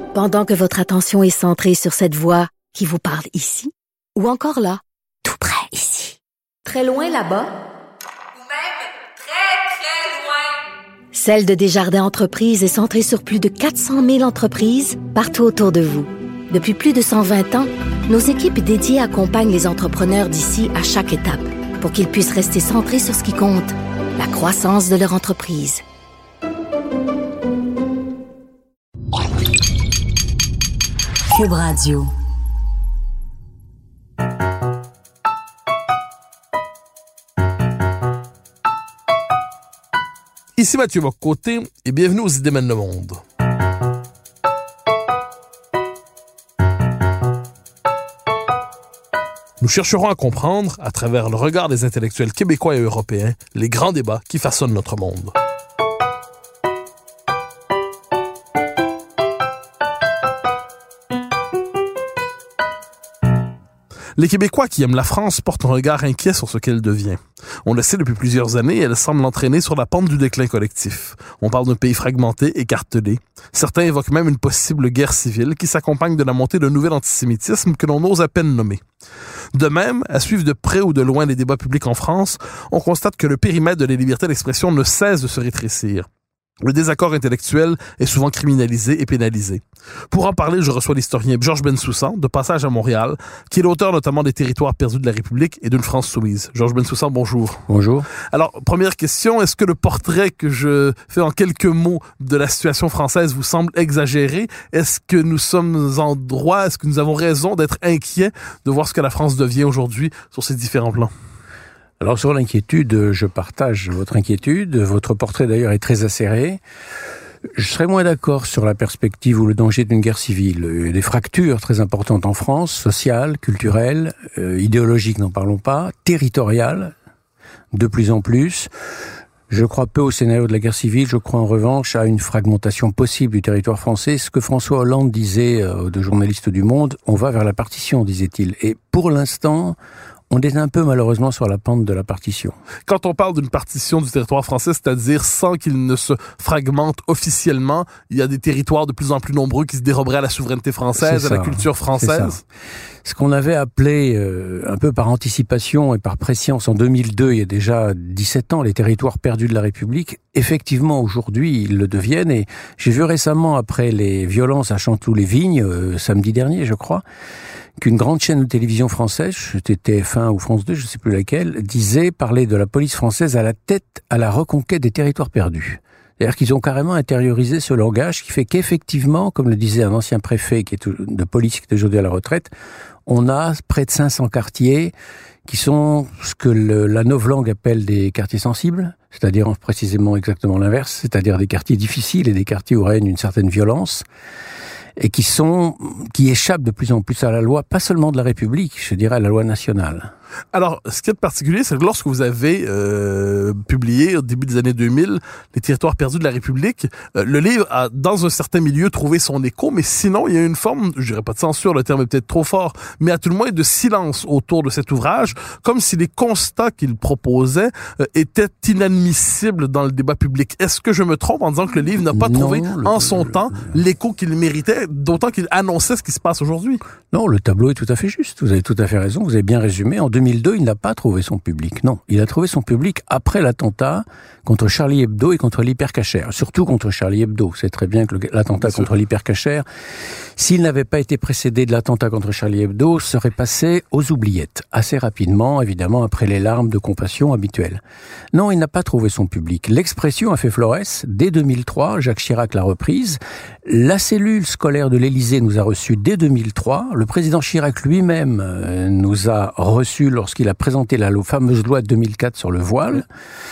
Pendant que votre attention est centrée sur cette voix qui vous parle ici, ou encore là, tout près ici, très loin là-bas, ou même très, très loin. Celle de Desjardins Entreprises est centrée sur plus de 400 000 entreprises partout autour de vous. Depuis plus de 120 ans, nos équipes dédiées accompagnent les entrepreneurs d'ici à chaque étape pour qu'ils puissent rester centrés sur ce qui compte, la croissance de leur entreprise. Cube Radio. Ici Mathieu Bock-Côté et bienvenue aux Idées mènent le monde. Nous chercherons à comprendre, à travers le regard des intellectuels québécois et européens, les grands débats qui façonnent notre monde. Les Québécois qui aiment la France portent un regard inquiet sur ce qu'elle devient. On le sait depuis plusieurs années, elle semble entraîner sur la pente du déclin collectif. On parle d'un pays fragmenté, écartelé. Certains évoquent même une possible guerre civile qui s'accompagne de la montée d'un nouvel antisémitisme que l'on ose à peine nommer. De même, à suivre de près ou de loin les débats publics en France, on constate que le périmètre de la liberté d'expression ne cesse de se rétrécir. Le désaccord intellectuel est souvent criminalisé et pénalisé. Pour en parler, je reçois l'historien Georges Bensoussan, de passage à Montréal, qui est l'auteur notamment des Territoires perdus de la République et d'une France soumise. Georges Bensoussan, bonjour. Bonjour. Alors, première question, est-ce que le portrait que je fais en quelques mots de la situation française vous semble exagéré? Est-ce que nous sommes en droit, est-ce que nous avons raison d'être inquiets de voir ce que la France devient aujourd'hui sur ces différents plans? Alors sur l'inquiétude, je partage votre inquiétude. Votre portrait d'ailleurs est très acéré. Je serais moins d'accord sur la perspective ou le danger d'une guerre civile. Il y a des fractures très importantes en France, sociales, culturelles, idéologiques, n'en parlons pas, territoriales, de plus en plus. Je crois peu au scénario de la guerre civile, je crois en revanche à une fragmentation possible du territoire français. Ce que François Hollande disait aux deux journalistes du Monde, on va vers la partition, disait-il. Et pour l'instant, on est un peu malheureusement sur la pente de la partition. Quand on parle d'une partition du territoire français, c'est-à-dire sans qu'il ne se fragmente officiellement, il y a des territoires de plus en plus nombreux qui se déroberaient à la souveraineté française, à la culture française. Ce qu'on avait appelé, un peu par anticipation et par prescience en 2002, il y a déjà 17 ans, les territoires perdus de la République, effectivement aujourd'hui ils le deviennent. Et j'ai vu récemment, après les violences à Chanteloup-les-Vignes, samedi dernier je crois, qu'une grande chaîne de télévision française, c'était TF1 ou France 2, je ne sais plus laquelle, parlait de la police française à la tête à la reconquête des territoires perdus. C'est-à-dire qu'ils ont carrément intériorisé ce langage qui fait qu'effectivement, comme le disait un ancien préfet de police qui est aujourd'hui à la retraite, on a près de 500 quartiers qui sont ce que la novlangue appelle des quartiers sensibles, c'est-à-dire précisément exactement l'inverse, c'est-à-dire des quartiers difficiles et des quartiers où règne une certaine violence, et qui échappent de plus en plus à la loi, pas seulement de la République, je dirais à la loi nationale. Alors, ce qui est de particulier, c'est que lorsque vous avez publié au début des années 2000 les Territoires perdus de la République, le livre a, dans un certain milieu, trouvé son écho, mais sinon, il y a une forme, je dirais pas de censure, le terme est peut-être trop fort, mais à tout le moins de silence autour de cet ouvrage, comme si les constats qu'il proposait étaient inadmissibles dans le débat public. Est-ce que je me trompe en disant que le livre n'a pas trouvé en son temps l'écho qu'il méritait, d'autant qu'il annonçait ce qui se passe aujourd'hui? Non, le tableau est tout à fait juste. Vous avez tout à fait raison. Vous avez bien résumé. En 2002, il n'a pas trouvé son public. Non, il a trouvé son public après l'attentat contre Charlie Hebdo et contre l'hypercachère. Surtout contre Charlie Hebdo. Vous savez très bien que l'attentat contre l'hypercachère, s'il n'avait pas été précédé de l'attentat contre Charlie Hebdo, serait passé aux oubliettes. Assez rapidement, évidemment, après les larmes de compassion habituelles. Non, il n'a pas trouvé son public. L'expression a fait florès. Dès 2003, Jacques Chirac l'a reprise. La cellule scolaire de l'Élysée nous a reçus dès 2003. Le président Chirac lui-même nous a reçus lorsqu'il a présenté la fameuse loi de 2004 sur le voile.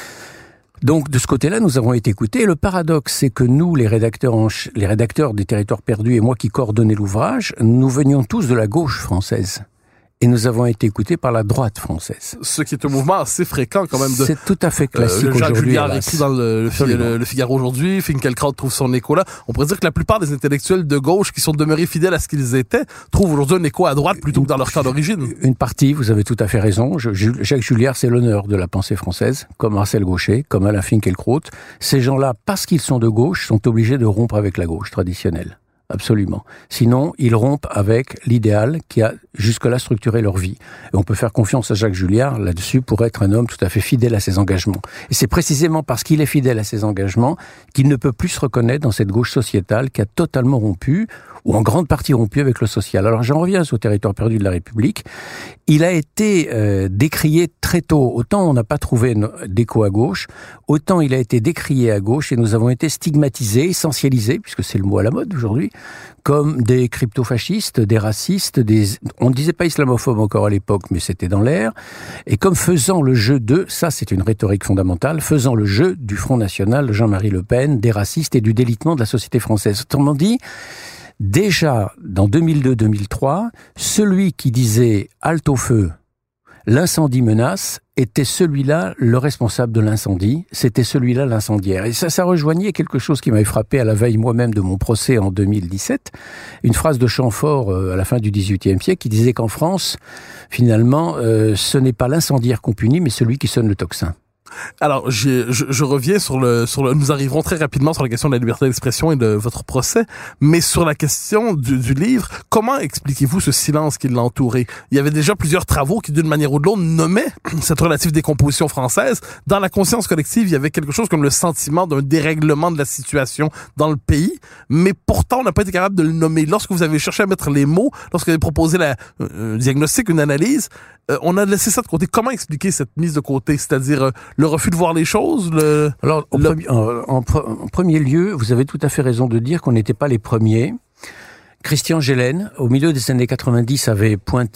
Donc, de ce côté-là, nous avons été écoutés. Et le paradoxe, c'est que nous, les rédacteurs des Territoires perdus et moi qui coordonnais l'ouvrage, nous venions tous de la gauche française. Et nous avons été écoutés par la droite française. Ce qui est un mouvement assez fréquent quand même. C'est tout à fait classique aujourd'hui. Jacques Julliard écrit dans le Figaro aujourd'hui, Finkielkraut trouve son écho là. On pourrait dire que la plupart des intellectuels de gauche qui sont demeurés fidèles à ce qu'ils étaient trouvent aujourd'hui un écho à droite plutôt que dans leur camp d'origine. Une partie, vous avez tout à fait raison. Jacques Julliard, c'est l'honneur de la pensée française, comme Marcel Gauchet, comme Alain Finkielkraut. Ces gens-là, parce qu'ils sont de gauche, sont obligés de rompre avec la gauche traditionnelle. Absolument. Sinon, ils rompent avec l'idéal qui a jusque-là structuré leur vie. Et on peut faire confiance à Jacques Julliard là-dessus pour être un homme tout à fait fidèle à ses engagements. Et c'est précisément parce qu'il est fidèle à ses engagements qu'il ne peut plus se reconnaître dans cette gauche sociétale qui a totalement rompu, ou en grande partie rompu avec le social. Alors j'en reviens au territoire perdu de la République. Il a été décrié très tôt. Autant on n'a pas trouvé d'écho à gauche, autant il a été décrié à gauche et nous avons été stigmatisés, essentialisés, puisque c'est le mot à la mode aujourd'hui, comme des crypto-fascistes, des racistes, on ne disait pas islamophobes encore à l'époque, mais c'était dans l'air, et comme faisant le jeu ça c'est une rhétorique fondamentale, faisant le jeu du Front National, Jean-Marie Le Pen, des racistes et du délitement de la société française. Autrement dit, déjà, dans 2002-2003, celui qui disait « halte au feu », l'incendie menace, était celui-là le responsable de l'incendie, c'était celui-là l'incendiaire. Et ça rejoignait quelque chose qui m'avait frappé à la veille moi-même de mon procès en 2017, une phrase de Chamfort à la fin du XVIIIe siècle qui disait qu'en France, finalement, ce n'est pas l'incendiaire qu'on punit, mais celui qui sonne le tocsin. Alors, je reviens sur le, nous arriverons très rapidement sur la question de la liberté d'expression et de votre procès, mais sur la question du livre, comment expliquez-vous ce silence qui l'entourait? Il y avait déjà plusieurs travaux qui, d'une manière ou de l'autre, nommaient cette relative décomposition française. Dans la conscience collective, il y avait quelque chose comme le sentiment d'un dérèglement de la situation dans le pays, mais pourtant, on n'a pas été capable de le nommer. Lorsque vous avez cherché à mettre les mots, lorsque vous avez proposé un diagnostic, une analyse, on a laissé ça de côté. Comment expliquer cette mise de côté? C'est-à-dire le refus de voir les choses? Alors, en premier lieu, vous avez tout à fait raison de dire qu'on n'était pas les premiers. Christian Gélène, au milieu des années 90, avait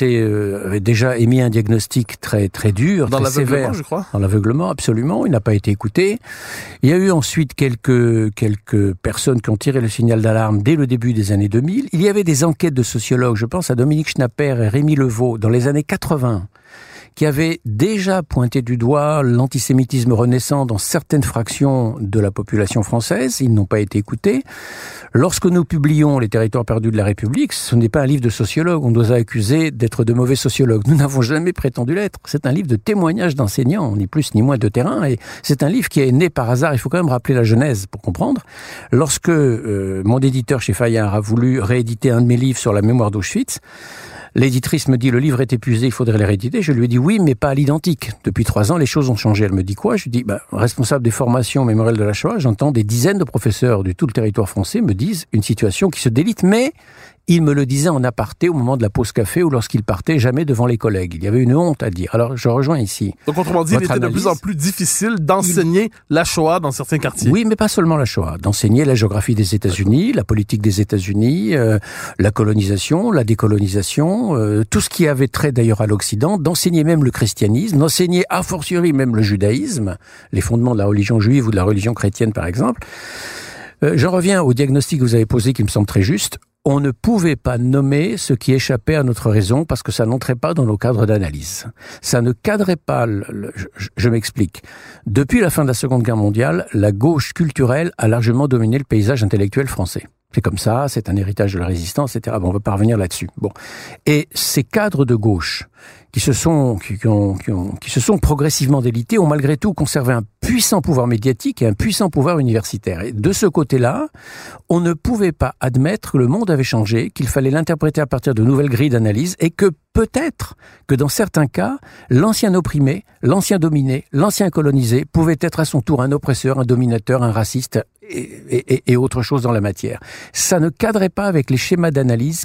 déjà émis un diagnostic très très dur, très sévère. Je crois. Dans l'aveuglement, absolument. Il n'a pas été écouté. Il y a eu ensuite quelques personnes qui ont tiré le signal d'alarme dès le début des années 2000. Il y avait des enquêtes de sociologues, je pense à Dominique Schnapper et Rémi Levaux, dans les années 80, qui avait déjà pointé du doigt l'antisémitisme renaissant dans certaines fractions de la population française. Ils n'ont pas été écoutés. Lorsque nous publions Les territoires perdus de la République, ce n'est pas un livre de sociologue. On nous a accusés d'être de mauvais sociologues. Nous n'avons jamais prétendu l'être. C'est un livre de témoignages d'enseignants, ni plus ni moins de terrain. Et c'est un livre qui est né par hasard. Il faut quand même rappeler la genèse pour comprendre. Lorsque mon éditeur chez Fayard a voulu rééditer un de mes livres sur la mémoire d'Auschwitz, l'éditrice me dit, le livre est épuisé, il faudrait le rééditer. Je lui ai dit, oui, mais pas à l'identique. Depuis 3 ans, les choses ont changé. Elle me dit quoi? Je lui dis, responsable des formations mémorielles de la Shoah, j'entends des dizaines de professeurs de tout le territoire français me disent une situation qui se délite, mais il me le disait en aparté au moment de la pause café ou lorsqu'il partait, jamais devant les collègues. Il y avait une honte à dire. Alors, je rejoins ici. Donc, autrement dit, il était de plus en plus difficile d'enseigner la Shoah dans certains quartiers. Oui, mais pas seulement la Shoah. D'enseigner la géographie des États-Unis, la politique des États-Unis, la colonisation, la décolonisation, tout ce qui avait trait d'ailleurs à l'Occident, d'enseigner même le christianisme, d'enseigner a fortiori même le judaïsme, les fondements de la religion juive ou de la religion chrétienne par exemple. J'en reviens au diagnostic que vous avez posé qui me semble très juste. On ne pouvait pas nommer ce qui échappait à notre raison parce que ça n'entrait pas dans nos cadres d'analyse. Ça ne cadrait pas, je m'explique. Depuis la fin de la Seconde Guerre mondiale, la gauche culturelle a largement dominé le paysage intellectuel français. C'est comme ça, c'est un héritage de la résistance, etc. Bon, on va pas revenir là-dessus. Bon. Et ces cadres de gauche qui se sont progressivement délités ont malgré tout conservé un puissant pouvoir médiatique et un puissant pouvoir universitaire. Et de ce côté-là, on ne pouvait pas admettre que le monde avait changé, qu'il fallait l'interpréter à partir de nouvelles grilles d'analyse et que peut-être que dans certains cas, l'ancien opprimé, l'ancien dominé, l'ancien colonisé pouvait être à son tour un oppresseur, un dominateur, un raciste et autre chose dans la matière. Ça ne cadrait pas avec les schémas d'analyse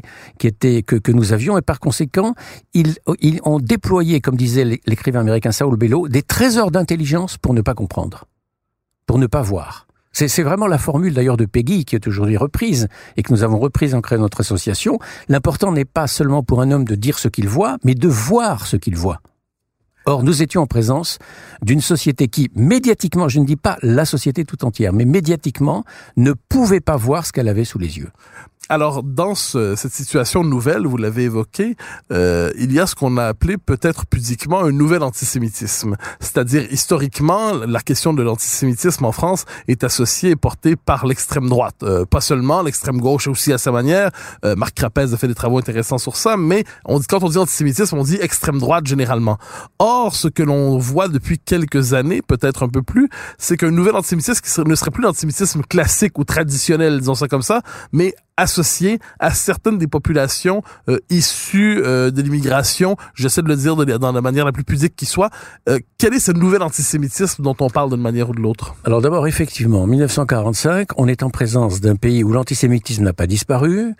que nous avions et par conséquent, ils ont déployé, comme disait l'écrivain américain Saul Bellow, des trésors d'intelligence pour ne pas comprendre, pour ne pas voir. C'est vraiment la formule d'ailleurs de Peggy qui est aujourd'hui reprise et que nous avons reprise en créant notre association. L'important n'est pas seulement pour un homme de dire ce qu'il voit, mais de voir ce qu'il voit. Or, nous étions en présence d'une société qui, médiatiquement, je ne dis pas la société tout entière, mais médiatiquement, ne pouvait pas voir ce qu'elle avait sous les yeux. Alors, dans cette situation nouvelle, vous l'avez évoqué, il y a ce qu'on a appelé peut-être pudiquement un nouvel antisémitisme. C'est-à-dire, historiquement, la question de l'antisémitisme en France est associée et portée par l'extrême droite. Pas seulement, l'extrême gauche aussi à sa manière. Marc Crapez a fait des travaux intéressants sur ça, mais quand on dit antisémitisme, on dit extrême droite généralement. Or, ce que l'on voit depuis quelques années, peut-être un peu plus, c'est qu'un nouvel antisémitisme qui ne serait plus l'antisémitisme classique ou traditionnel, disons ça comme ça, mais associé à certaines des populations issues de l'immigration. J'essaie de le dire dans la manière la plus pudique qui soit. Quel est ce nouvel antisémitisme dont on parle d'une manière ou de l'autre? Alors d'abord, effectivement, en 1945, on est en présence d'un pays où l'antisémitisme n'a pas disparu.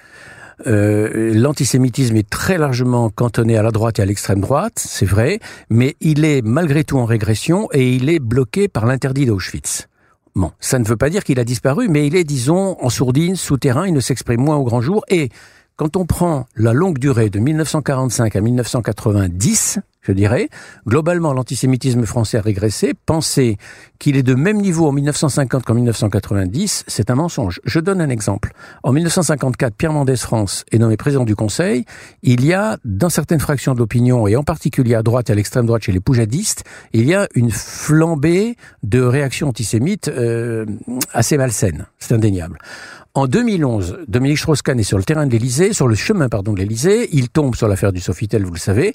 L'antisémitisme est très largement cantonné à la droite et à l'extrême droite, c'est vrai, mais il est malgré tout en régression et il est bloqué par l'interdit d'Auschwitz. Bon, ça ne veut pas dire qu'il a disparu, mais il est, disons, en sourdine, souterrain, il ne s'exprime moins au grand jour. Et quand on prend la longue durée de 1945 à 1990, je dirais, globalement, l'antisémitisme français a régressé. Penser qu'il est de même niveau en 1950 qu'en 1990, c'est un mensonge. Je donne un exemple. En 1954, Pierre Mendès France est nommé président du Conseil. Il y a, dans certaines fractions de l'opinion, et en particulier à droite et à l'extrême droite chez les poujadistes, il y a une flambée de réactions antisémites assez malsaines. C'est indéniable. En 2011, Dominique Strauss-Kahn est sur le terrain de l'Élysée, sur le chemin, de l'Élysée. Il tombe sur l'affaire du Sofitel, vous le savez.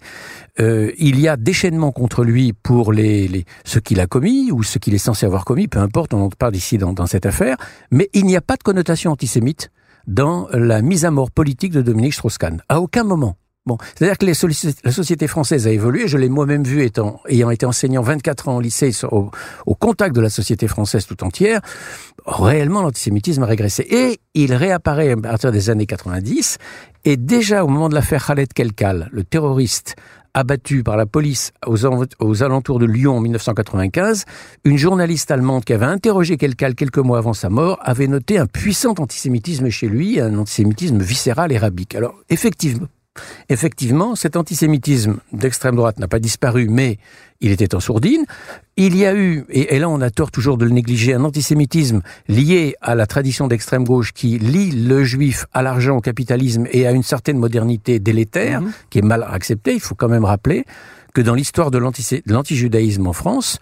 Il y a déchaînement contre lui pour ce qu'il a commis ou ce qu'il est censé avoir commis, peu importe, on en parle ici dans cette affaire. Mais il n'y a pas de connotation antisémite dans la mise à mort politique de Dominique Strauss-Kahn. À aucun moment. Bon, c'est-à-dire que la société française a évolué. Je l'ai moi-même vu ayant été enseignant 24 ans au lycée au contact de la société française tout entière. Réellement, l'antisémitisme a régressé. Et il réapparaît à partir des années 90. Et déjà, au moment de l'affaire Khaled Kelkal, le terroriste abattu par la police aux alentours de Lyon en 1995, une journaliste allemande qui avait interrogé Kelkal quelques mois avant sa mort avait noté un puissant antisémitisme chez lui, un antisémitisme viscéral et rabique. Alors, Effectivement, cet antisémitisme d'extrême droite n'a pas disparu, mais il était en sourdine. Il y a eu, et là on a tort toujours de le négliger, un antisémitisme lié à la tradition d'extrême gauche qui lie le juif à l'argent, au capitalisme et à une certaine modernité délétère, qui est mal acceptée. Il faut quand même rappeler que dans l'histoire de l'antijudaïsme en France,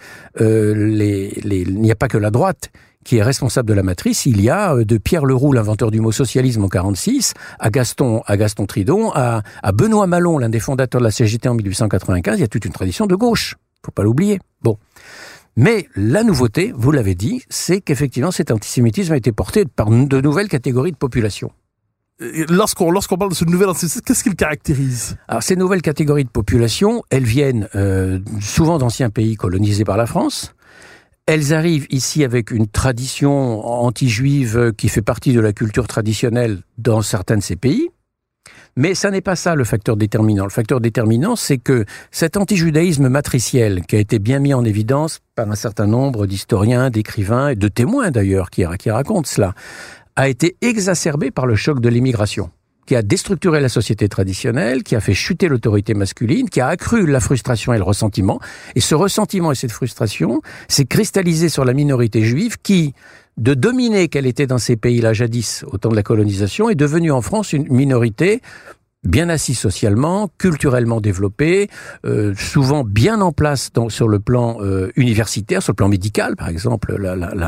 il n'y a pas que la droite qui est responsable de la matrice. Il y a de Pierre Leroux, l'inventeur du mot socialisme en 46, à Gaston Tridon, à Benoît Malon, l'un des fondateurs de la CGT en 1895, il y a toute une tradition de gauche. Faut pas l'oublier. Bon. Mais la nouveauté, vous l'avez dit, c'est qu'effectivement cet antisémitisme a été porté par de nouvelles catégories de population. Lorsqu'on parle de ce nouvel antisémitisme, qu'est-ce qu'il caractérise? Alors, ces nouvelles catégories de population, elles viennent souvent d'anciens pays colonisés par la France. Elles arrivent ici avec une tradition anti-juive qui fait partie de la culture traditionnelle dans certains de ces pays. Mais ça n'est pas ça le facteur déterminant. Le facteur déterminant, c'est que cet antijudaïsme matriciel, qui a été bien mis en évidence par un certain nombre d'historiens, d'écrivains et de témoins d'ailleurs qui racontent cela, a été exacerbé par le choc de l'immigration, qui a déstructuré la société traditionnelle, qui a fait chuter l'autorité masculine, qui a accru la frustration et le ressentiment. Et ce ressentiment et cette frustration s'est cristallisé sur la minorité juive qui, de dominer qu'elle était dans ces pays-là jadis, au temps de la colonisation, est devenue en France une minorité bien assise socialement, culturellement développée, souvent bien en place sur le plan universitaire, sur le plan médical, par exemple.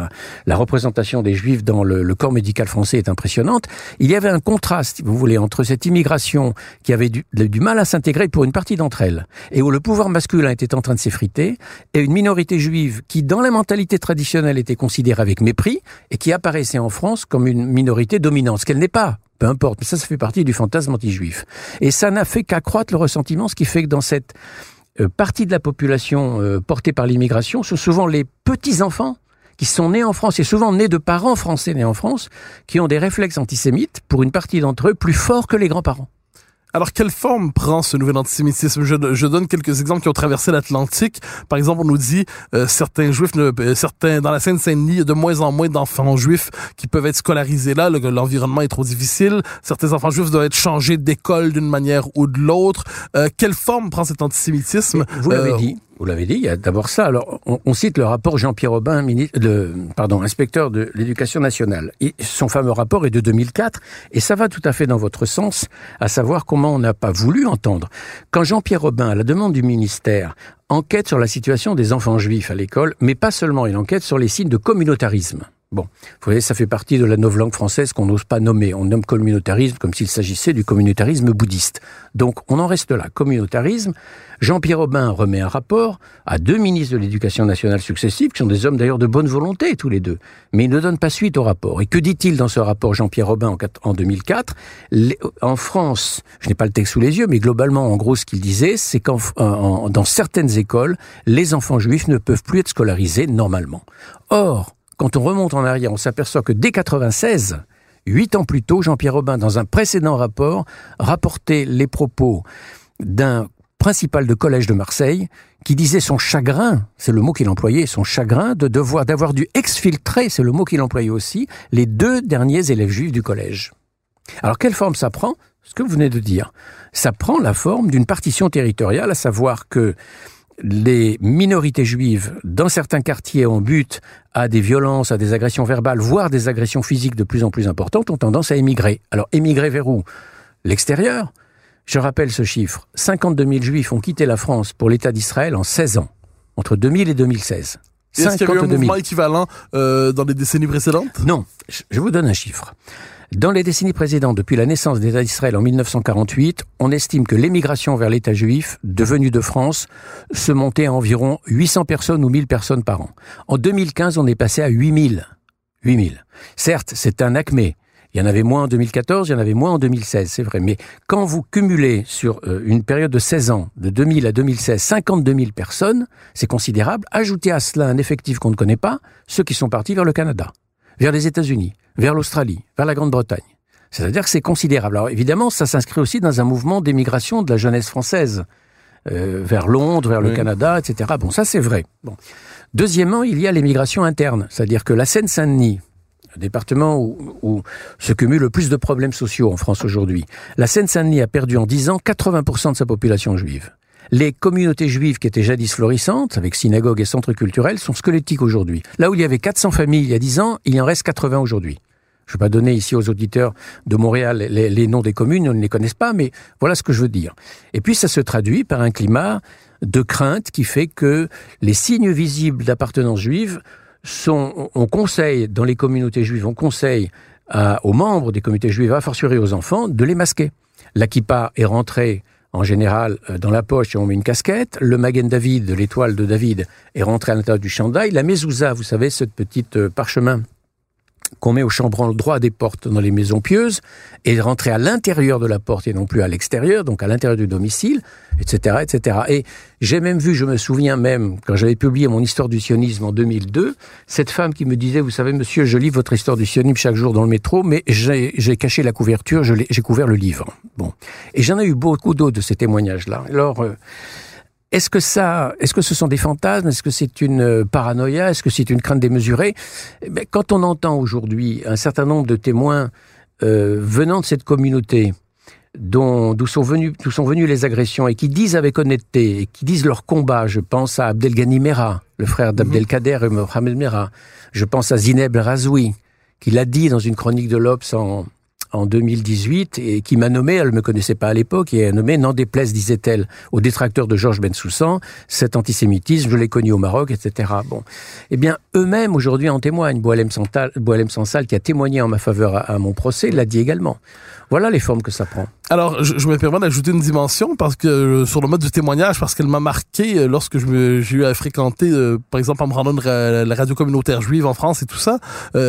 La représentation des Juifs dans le corps médical français est impressionnante. Il y avait un contraste, si vous voulez, entre cette immigration qui avait du mal à s'intégrer pour une partie d'entre elles, et où le pouvoir masculin était en train de s'effriter, et une minorité juive qui, dans la mentalité traditionnelle, était considérée avec mépris, et qui apparaissait en France comme une minorité dominante, ce qu'elle n'est pas. Peu importe, mais ça fait partie du fantasme anti-juif. Et ça n'a fait qu'accroître le ressentiment, ce qui fait que dans cette partie de la population portée par l'immigration, ce sont souvent les petits-enfants qui sont nés en France, et souvent nés de parents français nés en France, qui ont des réflexes antisémites, pour une partie d'entre eux, plus forts que les grands-parents. Alors, quelle forme prend ce nouvel antisémitisme? Je donne quelques exemples qui ont traversé l'Atlantique. Par exemple, on nous dit certains juifs, dans la Seine-Saint-Denis, il y a de moins en moins d'enfants juifs qui peuvent être scolarisés là. L'environnement est trop difficile. Certains enfants juifs doivent être changés d'école d'une manière ou de l'autre. Quelle forme prend cet antisémitisme? Vous l'avez dit, il y a d'abord ça. Alors, on cite le rapport Jean-Pierre Aubin, inspecteur de l'Éducation nationale. Et son fameux rapport est de 2004, et ça va tout à fait dans votre sens, à savoir comment on n'a pas voulu entendre. Quand Jean-Pierre Aubin, à la demande du ministère, enquête sur la situation des enfants juifs à l'école, mais pas seulement, il enquête sur les signes de communautarisme. Bon, vous voyez, ça fait partie de la novlangue française qu'on n'ose pas nommer. On nomme communautarisme comme s'il s'agissait du communautarisme bouddhiste. Donc, on en reste là. Communautarisme. Jean-Pierre Aubin remet un rapport à 2 ministres de l'Éducation nationale successifs, qui sont des hommes d'ailleurs de bonne volonté, tous les deux. Mais il ne donne pas suite au rapport. Et que dit-il dans ce rapport, Jean-Pierre Aubin, en 2004 ? En France, je n'ai pas le texte sous les yeux, mais globalement, en gros, ce qu'il disait, c'est dans certaines écoles, les enfants juifs ne peuvent plus être scolarisés normalement. Or, quand on remonte en arrière, on s'aperçoit que dès 96, 8 ans plus tôt, Jean-Pierre Aubin, dans un précédent rapport, rapportait les propos d'un principal de collège de Marseille qui disait son chagrin, c'est le mot qu'il employait, son chagrin d'avoir dû exfiltrer, c'est le mot qu'il employait aussi, les 2 derniers élèves juifs du collège. Alors quelle forme ça prend ? Ce que vous venez de dire. Ça prend la forme d'une partition territoriale, à savoir que les minorités juives, dans certains quartiers, en but à des violences, à des agressions verbales, voire des agressions physiques de plus en plus importantes, ont tendance à émigrer. Alors, émigrer vers où ? L'extérieur. Je rappelle ce chiffre. 52 000 juifs ont quitté la France pour l'État d'Israël en 16 ans, entre 2000 et 2016. Est-ce qu'il y a eu un mouvement équivalent dans les décennies précédentes ? Non. Je vous donne un chiffre. Dans les décennies précédentes, depuis la naissance de l'État d'Israël en 1948, on estime que l'émigration vers l'État juif, devenu de France, se montait à environ 800 personnes ou 1000 personnes par an. En 2015, on est passé à 8000. 8000. Certes, c'est un acmé. Il y en avait moins en 2014, il y en avait moins en 2016, c'est vrai. Mais quand vous cumulez sur une période de 16 ans, de 2000 à 2016, 52 000 personnes, c'est considérable. Ajoutez à cela un effectif qu'on ne connaît pas, ceux qui sont partis vers le Canada, vers les États-Unis, vers l'Australie, vers la Grande-Bretagne. C'est-à-dire que c'est considérable. Alors évidemment, ça s'inscrit aussi dans un mouvement d'émigration de la jeunesse française, vers Londres, vers le Canada, etc. Bon, ça c'est vrai. Bon. Deuxièmement, il y a l'émigration interne, c'est-à-dire que la Seine-Saint-Denis, département où se cumulent le plus de problèmes sociaux en France aujourd'hui, la Seine-Saint-Denis a perdu en 10 ans 80% de sa population juive. Les communautés juives qui étaient jadis florissantes, avec synagogues et centres culturels, sont squelettiques aujourd'hui. Là où il y avait 400 familles il y a 10 ans, il y en reste 80 aujourd'hui. Je ne vais pas donner ici aux auditeurs de Montréal les noms des communes, ils ne les connaissent pas, mais voilà ce que je veux dire. Et puis ça se traduit par un climat de crainte qui fait que les signes visibles d'appartenance juive on conseille dans les communautés juives, on conseille aux membres des communautés juives, a fortiori aux enfants, de les masquer. La kippa est rentrée en général dans la poche et on met une casquette. Le Magen David, de l'étoile de David, est rentré à l'intérieur du chandail. La mezouza, vous savez, cette petite parchemin qu'on met au chambranle droit des portes dans les maisons pieuses, est rentré à l'intérieur de la porte et non plus à l'extérieur, donc à l'intérieur du domicile, etc., etc. Et j'ai même vu, je me souviens même, quand j'avais publié mon histoire du sionisme en 2002, cette femme qui me disait, vous savez, monsieur, je lis votre histoire du sionisme chaque jour dans le métro, mais j'ai caché la couverture, j'ai couvert le livre. Bon. Et j'en ai eu beaucoup d'autres de ces témoignages-là. Alors, est-ce que ce sont des fantasmes? Est-ce que c'est une paranoïa? Est-ce que c'est une crainte démesurée? Quand on entend aujourd'hui un certain nombre de témoins venant de cette communauté, d'où sont venues les agressions, et qui disent avec honnêteté, et qui disent leur combat, je pense à Abdelghani Merah, le frère d'Abdelkader et Mohamed Merah, je pense à Zineb Razoui, qui l'a dit dans une chronique de l'Obs en 2018, et qui m'a nommé, elle ne me connaissait pas à l'époque, et a nommé, n'en déplaise, disait-elle, aux détracteurs de Georges Bensoussan, cet antisémitisme, je l'ai connu au Maroc, etc. Bon. Eh bien, eux-mêmes, aujourd'hui, en témoignent. Boualem Sansal, qui a témoigné en ma faveur à mon procès, l'a dit également. Voilà les formes que ça prend. Alors, je me permets d'ajouter une dimension, parce que sur le mode du témoignage, parce qu'elle m'a marqué lorsque j'ai eu à fréquenter, par exemple, en me rendant la radio communautaire juive en France et tout ça,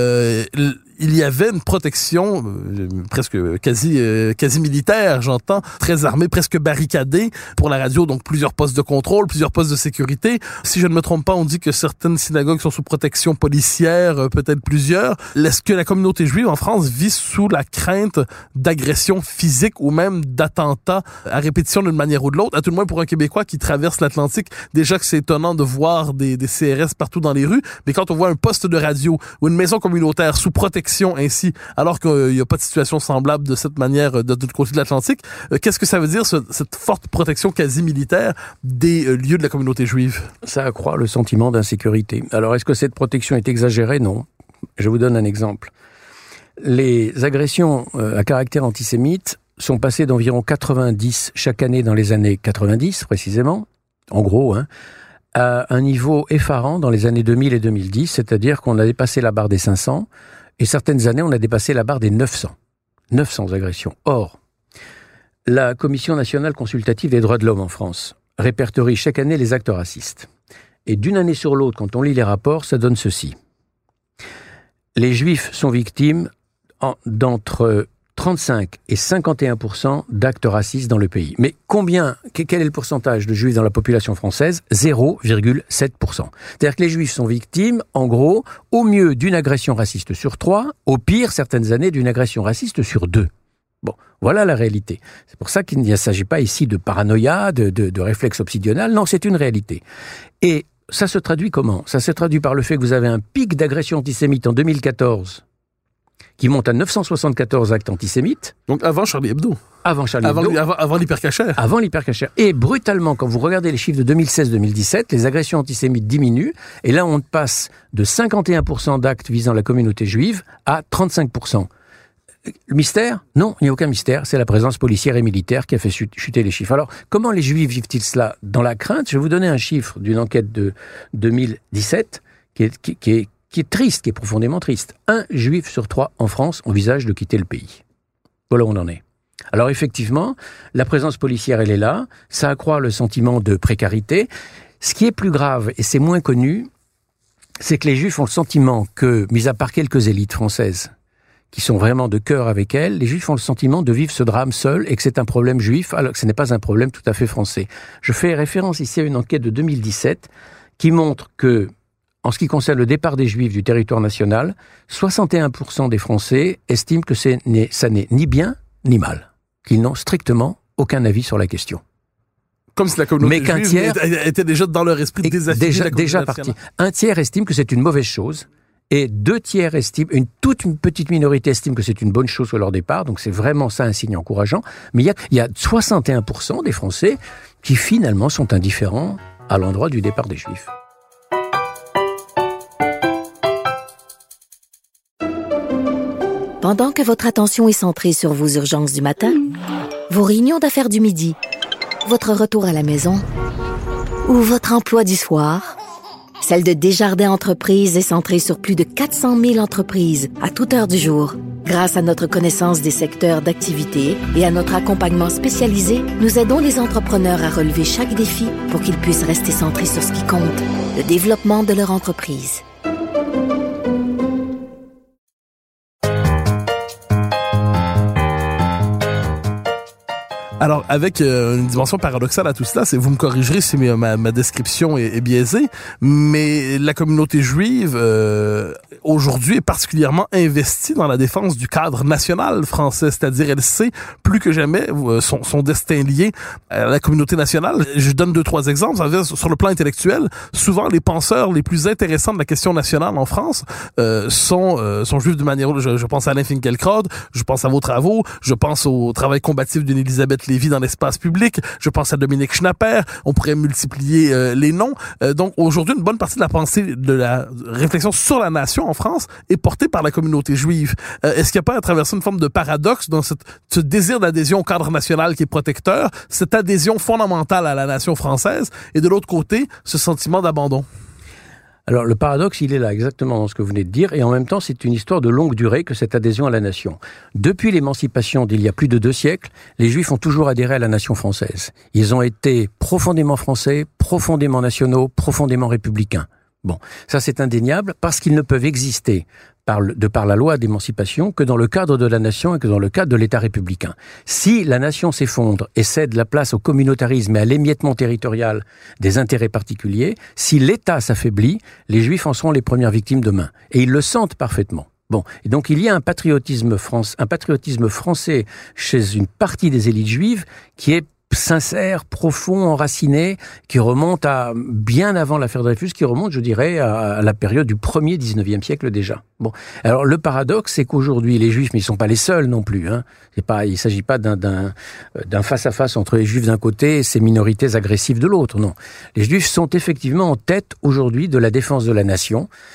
il y avait une protection presque quasi militaire, j'entends, très armée, presque barricadée pour la radio, donc plusieurs postes de contrôle, plusieurs postes de sécurité. Si je ne me trompe pas, on dit que certaines synagogues sont sous protection policière, peut-être plusieurs. Est-ce que la communauté juive en France vit sous la crainte d'agression physique ou même d'attentats à répétition d'une manière ou de l'autre? À tout le moins pour un Québécois qui traverse l'Atlantique, déjà que c'est étonnant de voir des CRS partout dans les rues, mais quand on voit un poste de radio ou une maison communautaire sous protection ainsi, alors qu'il n'y a pas de situation semblable de cette manière de l'autre côté de l'Atlantique, qu'est-ce que ça veut dire, cette forte protection quasi-militaire des lieux de la communauté juive? Ça accroît le sentiment d'insécurité. Alors, est-ce que cette protection est exagérée? Non. Je vous donne un exemple. Les agressions à caractère antisémite sont passées d'environ 90 chaque année dans les années 90, précisément, en gros, à un niveau effarant dans les années 2000 et 2010, c'est-à-dire qu'on a dépassé la barre des 500, et certaines années, on a dépassé la barre des 900. 900 agressions. Or, la Commission nationale consultative des droits de l'homme en France répertorie chaque année les actes racistes. Et d'une année sur l'autre, quand on lit les rapports, ça donne ceci. Les Juifs sont victimes d'entre 35 et 51% d'actes racistes dans le pays. Mais quel est le pourcentage de Juifs dans la population française ? 0,7%. C'est-à-dire que les Juifs sont victimes, en gros, au mieux d'une agression raciste sur 3, au pire, certaines années, d'une agression raciste sur 2. Bon, voilà la réalité. C'est pour ça qu'il ne s'agit pas ici de paranoïa, de réflexe obsidional. Non, c'est une réalité. Et ça se traduit comment ? Ça se traduit par le fait que vous avez un pic d'agression antisémite en 2014 qui monte à 974 actes antisémites. Donc avant Charlie Hebdo. Avant Charlie Hebdo. Avant l'hypercachère. Avant l'hypercachère. Et brutalement, quand vous regardez les chiffres de 2016-2017, les agressions antisémites diminuent. Et là, on passe de 51% d'actes visant la communauté juive à 35%. Le mystère ? Non, il n'y a aucun mystère. C'est la présence policière et militaire qui a fait chuter les chiffres. Alors, comment les Juifs vivent-ils cela ? Dans la crainte, je vais vous donner un chiffre d'une enquête de 2017 qui est triste, qui est profondément triste. 1 Juif sur 3 en France envisage de quitter le pays. Voilà où on en est. Alors effectivement, la présence policière, elle est là. Ça accroît le sentiment de précarité. Ce qui est plus grave, et c'est moins connu, c'est que les Juifs ont le sentiment que, mis à part quelques élites françaises, qui sont vraiment de cœur avec elles, les Juifs ont le sentiment de vivre ce drame seuls et que c'est un problème juif, alors que ce n'est pas un problème tout à fait français. Je fais référence ici à une enquête de 2017 qui montre que, en ce qui concerne le départ des Juifs du territoire national, 61% des Français estiment que ça n'est ni bien ni mal, qu'ils n'ont strictement aucun avis sur la question. Comme si la communauté juive était déjà dans leur esprit désaffiliée de la communauté déjà nationale. parti. Un tiers estime que c'est une mauvaise chose, et 2 tiers estiment, une petite minorité estime que c'est une bonne chose sur leur départ, donc c'est vraiment ça un signe encourageant. Mais il y a 61% des Français qui finalement sont indifférents à l'endroit du départ des Juifs. Pendant que votre attention est centrée sur vos urgences du matin, vos réunions d'affaires du midi, votre retour à la maison ou votre emploi du soir, celle de Desjardins Entreprises est centrée sur plus de 400 000 entreprises à toute heure du jour. Grâce à notre connaissance des secteurs d'activité et à notre accompagnement spécialisé, nous aidons les entrepreneurs à relever chaque défi pour qu'ils puissent rester centrés sur ce qui compte, le développement de leur entreprise. Alors, avec une dimension paradoxale à tout cela, c'est, vous me corrigerez si ma description est biaisée, mais la communauté juive, aujourd'hui, est particulièrement investie dans la défense du cadre national français, c'est-à-dire elle sait plus que jamais son destin lié à la communauté nationale. Je donne 2-3 exemples. Sur le plan intellectuel, souvent les penseurs les plus intéressants de la question nationale en France sont juifs de manière... Je pense à Alain Finkielkraut, je pense à vos travaux, je pense au travail combatif d'une Élisabeth Lévy dans l'espace public, je pense à Dominique Schnapper, on pourrait multiplier les noms. Donc aujourd'hui, une bonne partie de la pensée, de la réflexion sur la nation en France est portée par la communauté juive. Est-ce qu'il n'y a pas à traverser une forme de paradoxe dans ce désir d'adhésion au cadre national qui est protecteur, cette adhésion fondamentale à la nation française, et de l'autre côté, ce sentiment d'abandon? Alors, le paradoxe, il est là, exactement dans ce que vous venez de dire, et en même temps, c'est une histoire de longue durée que cette adhésion à la nation. Depuis l'émancipation d'il y a plus de 2 siècles, les Juifs ont toujours adhéré à la nation française. Ils ont été profondément français, profondément nationaux, profondément républicains. Bon, ça c'est indéniable, parce qu'ils ne peuvent exister de par la loi d'émancipation que dans le cadre de la nation et que dans le cadre de l'État républicain. Si la nation s'effondre et cède la place au communautarisme et à l'émiettement territorial des intérêts particuliers, si l'État s'affaiblit, les Juifs en seront les premières victimes demain. Et ils le sentent parfaitement. Bon, et donc il y a un patriotisme français chez une partie des élites juives qui est sincère, profond, enraciné, qui remonte à bien avant l'affaire Dreyfus, qui remonte, je dirais, à la période du 1er 19e siècle déjà. Bon, alors le paradoxe, c'est qu'aujourd'hui, les Juifs, mais ils sont pas les seuls non plus. Hein. Il s'agit pas d'un face-à-face entre les Juifs d'un côté et ces minorités agressives de l'autre. Non, les Juifs sont effectivement en tête aujourd'hui de la défense de la nation.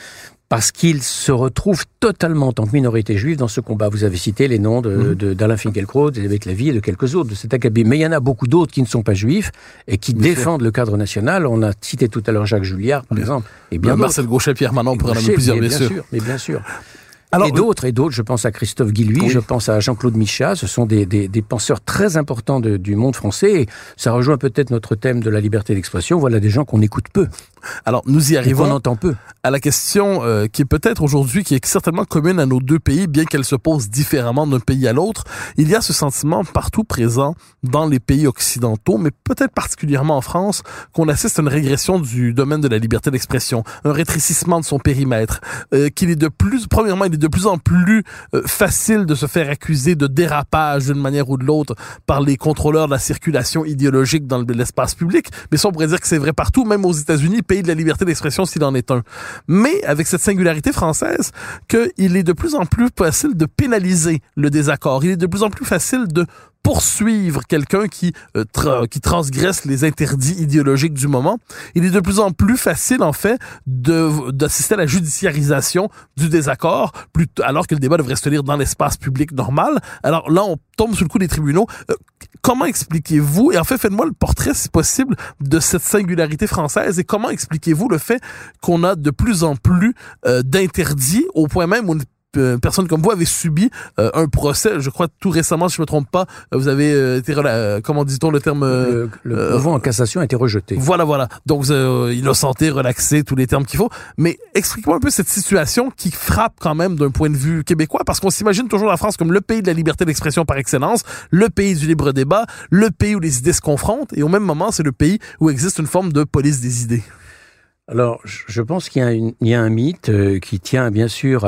parce qu'ils se retrouvent totalement en tant que minorité juive dans ce combat. Vous avez cité les noms d'Alain Finkielkraut, d'Elisabeth Lévy et de quelques autres de cet acabit. Mais il y en a beaucoup d'autres qui ne sont pas juifs et qui défendent le cadre national. On a cité tout à l'heure Jacques Julliard, par exemple. Et bien Marcel Gauchet, Pierre Manon, pour en nommer plusieurs, bien sûr. Mais bien sûr. Alors, et d'autres, je pense à Christophe Guilluy, je pense à Jean-Claude Michat, ce sont des penseurs très importants du monde français, et ça rejoint peut-être notre thème de la liberté d'expression. Voilà des gens qu'on écoute peu. Alors, nous y arrivons. Et qu'on entend peu. À la question qui est peut-être aujourd'hui, qui est certainement commune à nos deux pays, bien qu'elle se pose différemment d'un pays à l'autre. Il y a ce sentiment partout présent dans les pays occidentaux, mais peut-être particulièrement en France, qu'on assiste à une régression du domaine de la liberté d'expression, un rétrécissement de son périmètre, qu'il est premièrement, il est de plus en plus facile de se faire accuser de dérapage d'une manière ou de l'autre par les contrôleurs de la circulation idéologique dans l'espace public. Mais ça, on pourrait dire que c'est vrai partout, même aux États-Unis, pays de la liberté d'expression s'il en est un. Mais avec cette singularité française, qu'il est de plus en plus facile de pénaliser le désaccord. Il est de plus en plus facile de poursuivre quelqu'un qui transgresse les interdits idéologiques du moment. Il est de plus en plus facile, en fait, d'assister à la judiciarisation du désaccord, alors que le débat devrait se tenir dans l'espace public normal. Alors là, on tombe sous le coup des tribunaux. Comment expliquez-vous, et en fait, faites-moi le portrait, si possible, de cette singularité française, et comment expliquez-vous le fait qu'on a de plus en plus d'interdits, au point même où une personne comme vous avez subi un procès, je crois tout récemment, si je me trompe pas, vous avez été, comment dit-on le terme... Le pourvoi en cassation a été rejeté. Voilà. Donc, innocenté, relaxé, tous les termes qu'il faut. Mais expliquez-moi un peu cette situation qui frappe quand même d'un point de vue québécois, parce qu'on s'imagine toujours la France comme le pays de la liberté d'expression par excellence, le pays du libre débat, le pays où les idées se confrontent, et au même moment, c'est le pays où existe une forme de police des idées. Alors, je pense qu'il y a un mythe qui tient bien sûr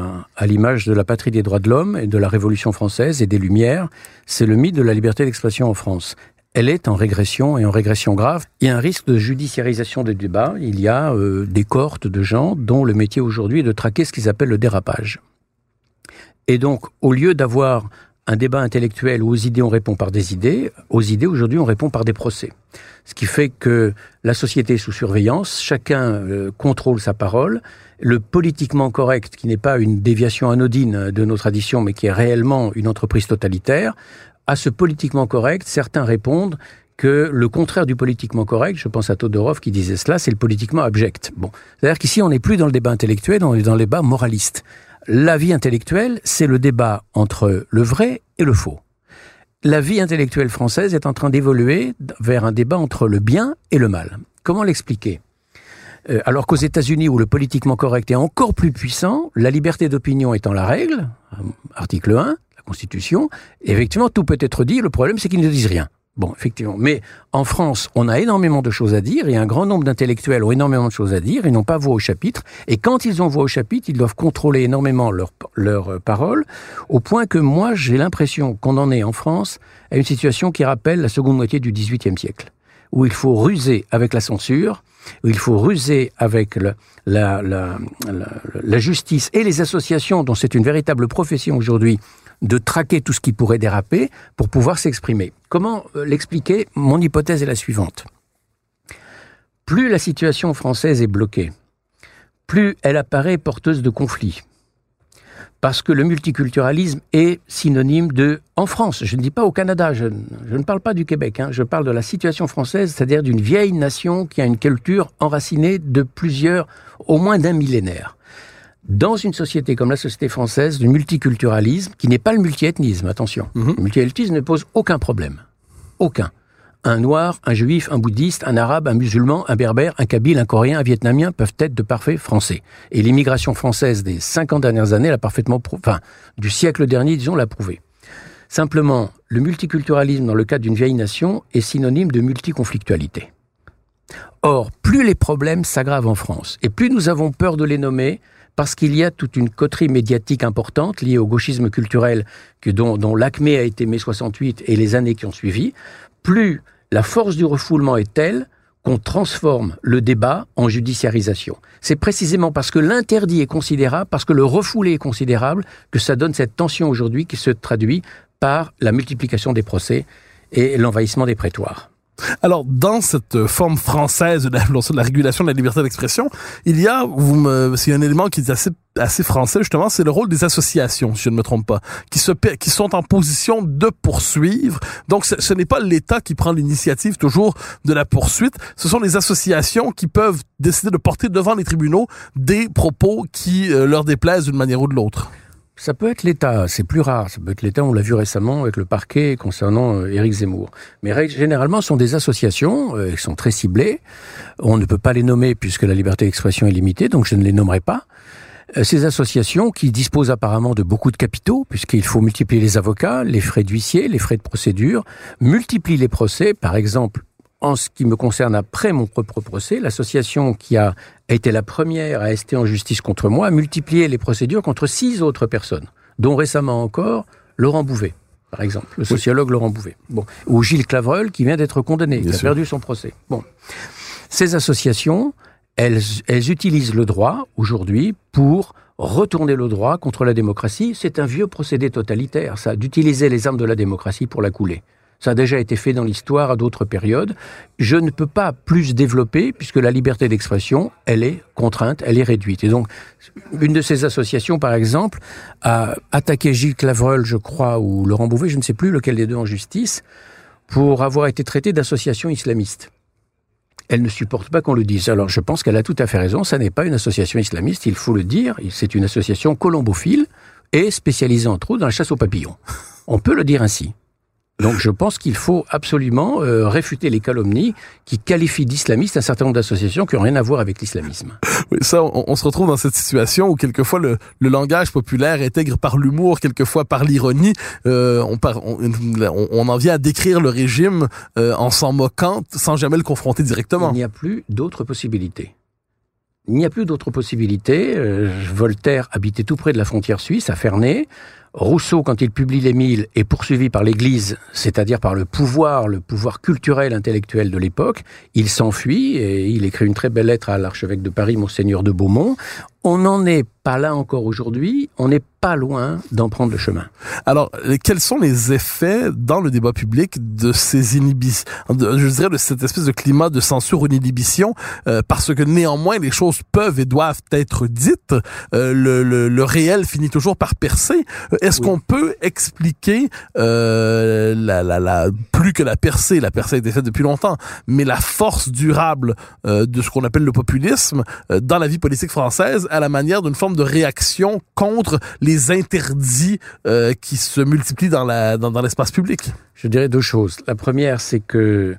à l'image de la patrie des droits de l'homme et de la Révolution française et des Lumières. C'est le mythe de la liberté d'expression en France. Elle est en régression, et en régression grave. Il y a un risque de judiciarisation des débats. Il y a des cohortes de gens dont le métier aujourd'hui est de traquer ce qu'ils appellent le dérapage. Et donc, au lieu d'avoir un débat intellectuel où aux idées on répond par des idées, aux idées aujourd'hui on répond par des procès. Ce qui fait que la société est sous surveillance, chacun contrôle sa parole, le politiquement correct, qui n'est pas une déviation anodine de nos traditions, mais qui est réellement une entreprise totalitaire, à ce politiquement correct, certains répondent que le contraire du politiquement correct, je pense à Todorov qui disait cela, c'est le politiquement abject. Bon, c'est-à-dire qu'ici on n'est plus dans le débat intellectuel, on est dans le débat moraliste. La vie intellectuelle, c'est le débat entre le vrai et le faux. La vie intellectuelle française est en train d'évoluer vers un débat entre le bien et le mal. Comment l'expliquer ? Alors qu'aux États-Unis, où le politiquement correct est encore plus puissant, la liberté d'opinion étant la règle, article 1, la Constitution, effectivement, tout peut être dit, le problème c'est qu'ils ne disent rien. Bon, effectivement. Mais en France, on a énormément de choses à dire, et un grand nombre d'intellectuels ont énormément de choses à dire, ils n'ont pas voix au chapitre, et quand ils ont voix au chapitre, ils doivent contrôler énormément leurs paroles, au point que moi, j'ai l'impression qu'on en est en France à une situation qui rappelle la seconde moitié du XVIIIe siècle, où il faut ruser avec la censure, où il faut ruser avec la justice et les associations, dont c'est une véritable profession aujourd'hui, de traquer tout ce qui pourrait déraper pour pouvoir s'exprimer. Comment l'expliquer ? Mon hypothèse est la suivante. Plus la situation française est bloquée, plus elle apparaît porteuse de conflits. Parce que le multiculturalisme est synonyme de... En France, je ne dis pas au Canada, je ne parle pas du Québec, je parle de la situation française, c'est-à-dire d'une vieille nation qui a une culture enracinée de au moins d'un millénaire. Dans une société comme la société française, du multiculturalisme, qui n'est pas le multiethnisme, attention. Le multiethnisme ne pose aucun problème. Aucun. Un noir, un juif, un bouddhiste, un arabe, un musulman, un berbère, un kabyle, un coréen, un vietnamien peuvent être de parfaits français. Et l'immigration française des 50 dernières années l'a parfaitement du siècle dernier, disons, l'a prouvé. Simplement, le multiculturalisme dans le cadre d'une vieille nation est synonyme de multiconflictualité. Or, plus les problèmes s'aggravent en France, et plus nous avons peur de les nommer, parce qu'il y a toute une coterie médiatique importante liée au gauchisme culturel dont l'acmé a été mai 68 et les années qui ont suivi, plus la force du refoulement est telle qu'on transforme le débat en judiciarisation. C'est précisément parce que l'interdit est considérable, parce que le refoulé est considérable, que ça donne cette tension aujourd'hui qui se traduit par la multiplication des procès et l'envahissement des prétoires. Alors, dans cette forme française de la régulation de la liberté d'expression, il y a un élément qui est assez français, justement, c'est le rôle des associations, si je ne me trompe pas, qui sont en position de poursuivre. Donc, ce n'est pas l'État qui prend l'initiative toujours de la poursuite. Ce sont les associations qui peuvent décider de porter devant les tribunaux des propos qui leur déplaisent d'une manière ou de l'autre. Ça peut être l'État, c'est plus rare. Ça peut être l'État, on l'a vu récemment avec le parquet concernant Éric Zemmour. Mais généralement, ce sont des associations qui sont très ciblées. On ne peut pas les nommer puisque la liberté d'expression est limitée, donc je ne les nommerai pas. Ces associations qui disposent apparemment de beaucoup de capitaux, puisqu'il faut multiplier les avocats, les frais d'huissier, les frais de procédure, multiplient les procès, par exemple. En ce qui me concerne, après mon propre procès, l'association qui a été la première à ester en justice contre moi a multiplié les procédures contre 6 autres personnes, dont récemment encore Laurent Bouvet, par exemple, le sociologue Laurent Bouvet. Bon. Ou Gilles Clavreul, qui vient d'être condamné, qui a perdu son procès. Bon. Ces associations, elles utilisent le droit, aujourd'hui, pour retourner le droit contre la démocratie. C'est un vieux procédé totalitaire, ça, d'utiliser les armes de la démocratie pour la couler. Ça a déjà été fait dans l'histoire à d'autres périodes. Je ne peux pas plus développer puisque la liberté d'expression, elle est contrainte, elle est réduite. Et donc, une de ces associations, par exemple, a attaqué Gilles Clavreul, je crois, ou Laurent Bouvet, je ne sais plus lequel des deux en justice, pour avoir été traité d'association islamiste. Elle ne supporte pas qu'on le dise. Alors, je pense qu'elle a tout à fait raison. Ça n'est pas une association islamiste, il faut le dire. C'est une association colombophile et spécialisée, entre autres, dans la chasse aux papillons. On peut le dire ainsi. Donc je pense qu'il faut absolument réfuter les calomnies qui qualifient d'islamistes un certain nombre d'associations qui n'ont rien à voir avec l'islamisme. Oui, ça, on se retrouve dans cette situation où quelquefois le langage populaire intègre par l'humour, quelquefois par l'ironie. On en vient à décrire le régime en s'en moquant sans jamais le confronter directement. Il n'y a plus d'autres possibilités. Il n'y a plus d'autres possibilités. Voltaire habitait tout près de la frontière suisse, à Ferney. Rousseau, quand il publie l'Émile, est poursuivi par l'Église, c'est-à-dire par le pouvoir culturel, intellectuel de l'époque. Il s'enfuit et il écrit une très belle lettre à l'archevêque de Paris, Monseigneur de Beaumont. On n'en est pas là encore aujourd'hui, on n'est pas loin d'en prendre le chemin. Alors, quels sont les effets dans le débat public de ces inhibitions, je dirais de cette espèce de climat de censure ou d'inhibition, parce que néanmoins les choses peuvent et doivent être dites, le réel finit toujours par percer. Est-ce qu'on peut expliquer plus que la percée a été faite depuis longtemps, mais la force durable de ce qu'on appelle le populisme dans la vie politique française à la manière d'une forme de réaction contre les interdits qui se multiplient dans l'espace public? Je dirais 2 choses. La première, c'est que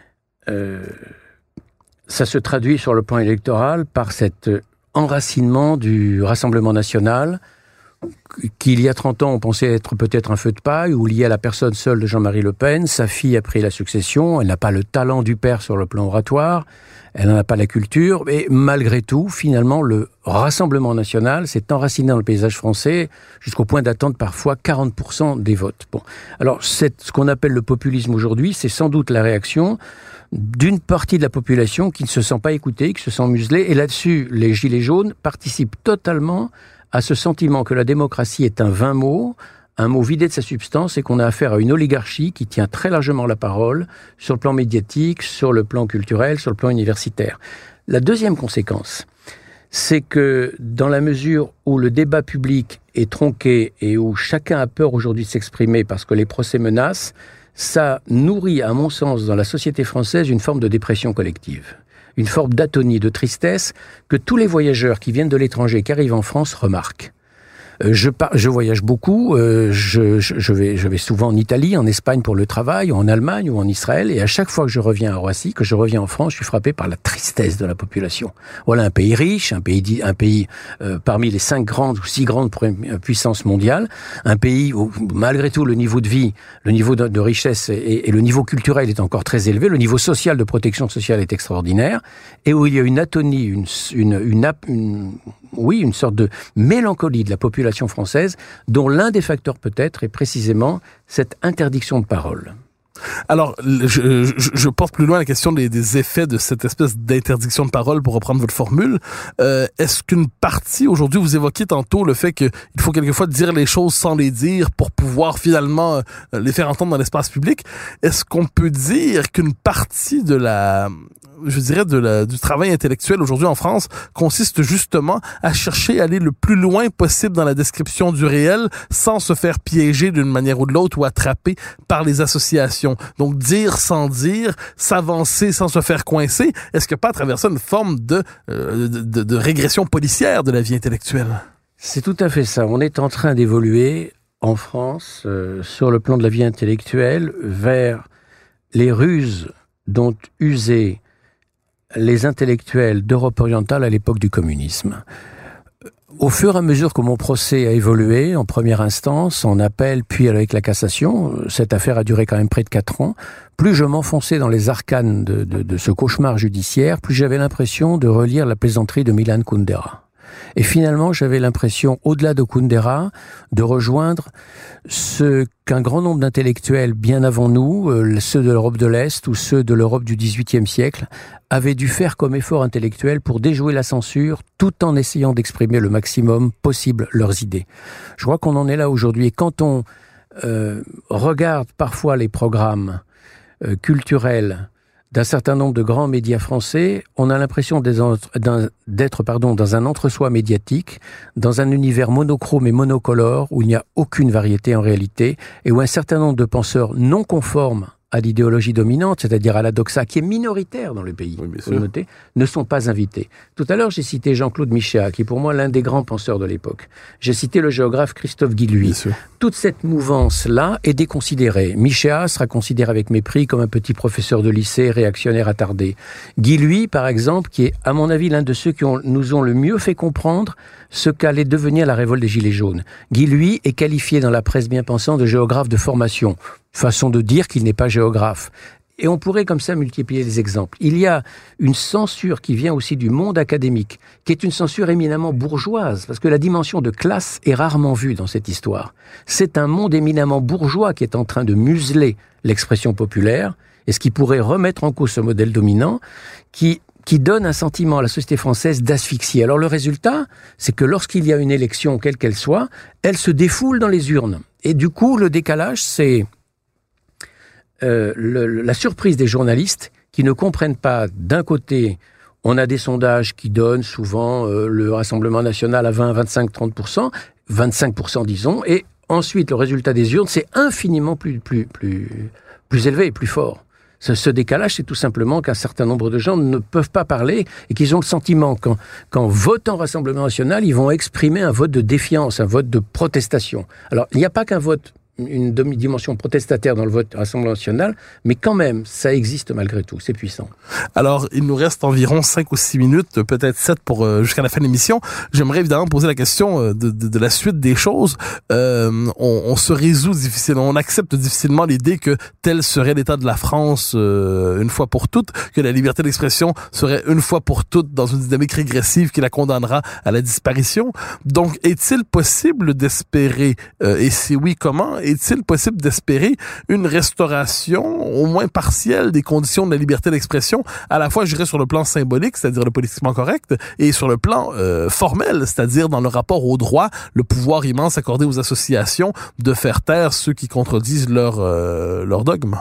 ça se traduit sur le plan électoral par cet enracinement du Rassemblement national qu'il y a 30 ans, on pensait être peut-être un feu de paille, ou lié à la personne seule de Jean-Marie Le Pen. Sa fille a pris la succession, elle n'a pas le talent du père sur le plan oratoire, elle n'en a pas la culture, mais malgré tout, finalement, le Rassemblement national s'est enraciné dans le paysage français jusqu'au point d'attendre parfois 40% des votes. Bon. Alors, ce qu'on appelle le populisme aujourd'hui, c'est sans doute la réaction d'une partie de la population qui ne se sent pas écoutée, qui se sent muselée, et là-dessus, les Gilets jaunes participent totalement à ce sentiment que la démocratie est un vain mot, un mot vidé de sa substance, et qu'on a affaire à une oligarchie qui tient très largement la parole sur le plan médiatique, sur le plan culturel, sur le plan universitaire. La deuxième conséquence, c'est que dans la mesure où le débat public est tronqué et où chacun a peur aujourd'hui de s'exprimer parce que les procès menacent, ça nourrit, à mon sens, dans la société française, une forme de dépression collective. Une forme d'atonie, de tristesse que tous les voyageurs qui viennent de l'étranger, qui arrivent en France, remarquent. Je voyage beaucoup, je vais souvent en Italie, en Espagne pour le travail, ou en Allemagne ou en Israël, et à chaque fois que je reviens à Roissy, que je reviens en France, je suis frappé par la tristesse de la population. Voilà un pays riche, un pays parmi les 5 grandes ou 6 grandes puissances mondiales, un pays où malgré tout le niveau de vie, le niveau de richesse et le niveau culturel est encore très élevé, le niveau social de protection sociale est extraordinaire, et où il y a une atonie, une sorte de mélancolie de la population française, dont l'un des facteurs peut-être est précisément cette interdiction de parole. Alors, je porte plus loin la question des effets de cette espèce d'interdiction de parole, pour reprendre votre formule. Est-ce qu'une partie, aujourd'hui, vous évoquiez tantôt le fait qu'il faut quelquefois dire les choses sans les dire pour pouvoir finalement les faire entendre dans l'espace public. Est-ce qu'on peut dire qu'une partie de du travail intellectuel aujourd'hui en France consiste justement à chercher à aller le plus loin possible dans la description du réel sans se faire piéger d'une manière ou de l'autre ou attraper par les associations? Donc, dire sans dire, s'avancer sans se faire coincer, est-ce que pas à travers ça une forme de régression policière de la vie intellectuelle? C'est tout à fait ça. On est en train d'évoluer en France, sur le plan de la vie intellectuelle, vers les ruses dont usaient les intellectuels d'Europe orientale à l'époque du communisme. Au fur et à mesure que mon procès a évolué, en première instance, en appel, puis avec la cassation, cette affaire a duré quand même près de 4 ans, plus je m'enfonçais dans les arcanes de ce cauchemar judiciaire, plus j'avais l'impression de relire la plaisanterie de Milan Kundera. Et finalement, j'avais l'impression, au-delà de Kundera, de rejoindre ce qu'un grand nombre d'intellectuels bien avant nous, ceux de l'Europe de l'Est ou ceux de l'Europe du XVIIIe siècle, avaient dû faire comme effort intellectuel pour déjouer la censure, tout en essayant d'exprimer le maximum possible leurs idées. Je crois qu'on en est là aujourd'hui. Et quand on regarde parfois les programmes culturels d'un certain nombre de grands médias français, on a l'impression d'être dans un entre-soi médiatique, dans un univers monochrome et monocolore, où il n'y a aucune variété en réalité, et où un certain nombre de penseurs non conformes à l'idéologie dominante, c'est-à-dire à la doxa, qui est minoritaire dans le pays, vous notez, ne sont pas invités. Tout à l'heure, j'ai cité Jean-Claude Michéa, qui est pour moi l'un des grands penseurs de l'époque. J'ai cité le géographe Christophe Guilluy. Toute cette mouvance-là est déconsidérée. Michéa sera considéré avec mépris comme un petit professeur de lycée réactionnaire attardé. Guilluy, par exemple, qui est, à mon avis, l'un de ceux qui nous ont le mieux fait comprendre ce qu'allait devenir la révolte des Gilets jaunes. Guilluy est qualifié dans la presse bien pensante de géographe de formation. Façon de dire qu'il n'est pas géographe. Et on pourrait comme ça multiplier les exemples. Il y a une censure qui vient aussi du monde académique, qui est une censure éminemment bourgeoise, parce que la dimension de classe est rarement vue dans cette histoire. C'est un monde éminemment bourgeois qui est en train de museler l'expression populaire, et ce qui pourrait remettre en cause ce modèle dominant, qui donne un sentiment à la société française d'asphyxie. Alors le résultat, c'est que lorsqu'il y a une élection, quelle qu'elle soit, elle se défoule dans les urnes. Et du coup, le décalage, c'est la surprise des journalistes qui ne comprennent pas, d'un côté, on a des sondages qui donnent souvent le Rassemblement national à 20, 25, 30%, 25% disons, et ensuite le résultat des urnes, c'est infiniment plus élevé et plus fort. Ce décalage, c'est tout simplement qu'un certain nombre de gens ne peuvent pas parler et qu'ils ont le sentiment qu'en votant Rassemblement national, ils vont exprimer un vote de défiance, un vote de protestation. Alors, il n'y a pas qu'un vote, une dimension protestataire dans le vote Rassemblement national, mais quand même, ça existe malgré tout, c'est puissant. Alors, il nous reste environ 5 ou 6 minutes, peut-être 7 pour jusqu'à la fin de l'émission. J'aimerais évidemment poser la question de la suite des choses. On se résout difficilement, on accepte difficilement l'idée que tel serait l'état de la France une fois pour toutes, que la liberté d'expression serait une fois pour toutes dans une dynamique régressive qui la condamnera à la disparition. Donc, est-il possible d'espérer, et si oui, comment, est-il possible d'espérer une restauration, au moins partielle, des conditions de la liberté d'expression, à la fois, je dirais, sur le plan symbolique, c'est-à-dire le politiquement correct, et sur le plan formel, c'est-à-dire dans le rapport au droit, le pouvoir immense accordé aux associations de faire taire ceux qui contredisent leur dogme?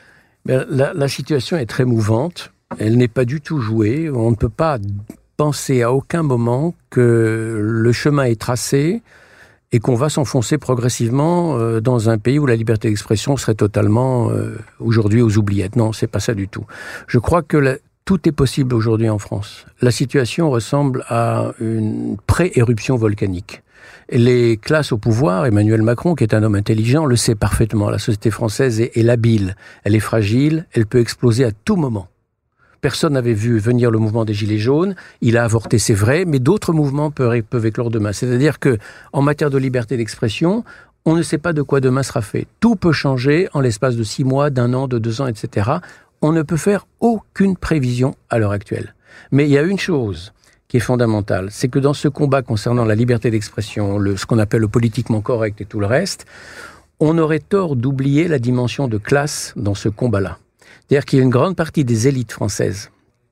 La situation est très mouvante. Elle n'est pas du tout jouée. On ne peut pas penser à aucun moment que le chemin est tracé et qu'on va s'enfoncer progressivement dans un pays où la liberté d'expression serait totalement aujourd'hui aux oubliettes. Non, c'est pas ça du tout. Je crois que tout est possible aujourd'hui en France. La situation ressemble à une pré-éruption volcanique. Les classes au pouvoir, Emmanuel Macron, qui est un homme intelligent, le sait parfaitement. La société française est labile, elle est fragile, elle peut exploser à tout moment. Personne n'avait vu venir le mouvement des Gilets jaunes. Il a avorté, c'est vrai, mais d'autres mouvements peuvent éclore demain. C'est-à-dire que, en matière de liberté d'expression, on ne sait pas de quoi demain sera fait. Tout peut changer en l'espace de 6 mois, d'1 an, de 2 ans, etc. On ne peut faire aucune prévision à l'heure actuelle. Mais il y a une chose qui est fondamentale, c'est que dans ce combat concernant la liberté d'expression, ce qu'on appelle le politiquement correct et tout le reste, on aurait tort d'oublier la dimension de classe dans ce combat-là. C'est-à-dire qu'il y a une grande partie des élites françaises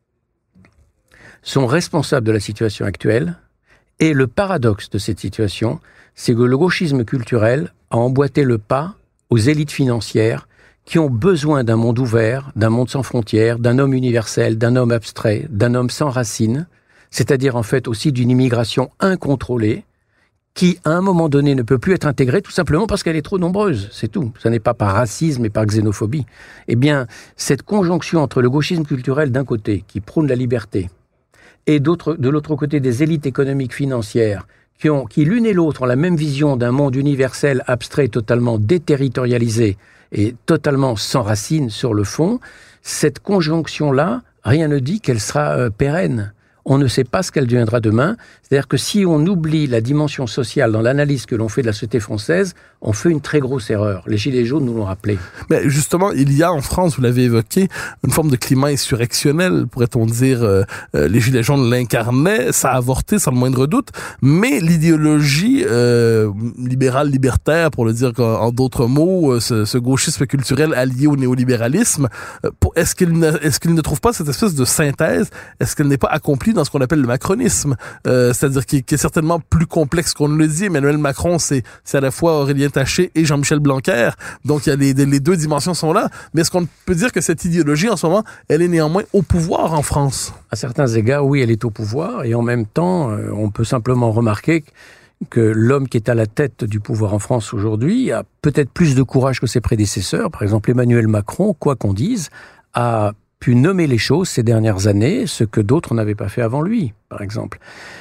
sont responsables de la situation actuelle, et le paradoxe de cette situation, c'est que le gauchisme culturel a emboîté le pas aux élites financières qui ont besoin d'un monde ouvert, d'un monde sans frontières, d'un homme universel, d'un homme abstrait, d'un homme sans racines, c'est-à-dire en fait aussi d'une immigration incontrôlée, qui, à un moment donné, ne peut plus être intégrée tout simplement parce qu'elle est trop nombreuse, c'est tout. Ce n'est pas par racisme et par xénophobie. Eh bien, cette conjonction entre le gauchisme culturel d'un côté, qui prône la liberté, et de l'autre côté des élites économiques financières, qui l'une et l'autre ont la même vision d'un monde universel, abstrait, totalement déterritorialisé et totalement sans racines sur le fond, cette conjonction-là, rien ne dit qu'elle sera pérenne. On ne sait pas ce qu'elle deviendra demain. C'est-à-dire que si on oublie la dimension sociale dans l'analyse que l'on fait de la société française, on fait une très grosse erreur. Les Gilets jaunes nous l'ont rappelé. Mais justement, il y a en France, vous l'avez évoqué, une forme de climat insurrectionnel, pourrait-on dire. Les Gilets jaunes l'incarnaient, ça a avorté sans le moindre doute, mais l'idéologie libérale, libertaire, pour le dire en d'autres mots, ce gauchisme culturel allié au néolibéralisme, est-ce qu'il ne trouve pas cette espèce de synthèse? Est-ce qu'elle n'est pas accomplie dans ce qu'on appelle le macronisme? C'est-à-dire qui est certainement plus complexe qu'on ne le dit. Emmanuel Macron, c'est à la fois Aurélien Taché et Jean-Michel Blanquer. Donc, il y a les deux dimensions sont là. Mais est-ce qu'on peut dire que cette idéologie, en ce moment, elle est néanmoins au pouvoir en France? À certains égards, oui, elle est au pouvoir. Et en même temps, on peut simplement remarquer que l'homme qui est à la tête du pouvoir en France aujourd'hui a peut-être plus de courage que ses prédécesseurs. Par exemple, Emmanuel Macron, quoi qu'on dise, a pu nommer les choses ces dernières années, ce que d'autres n'avaient pas fait avant lui, par exemple.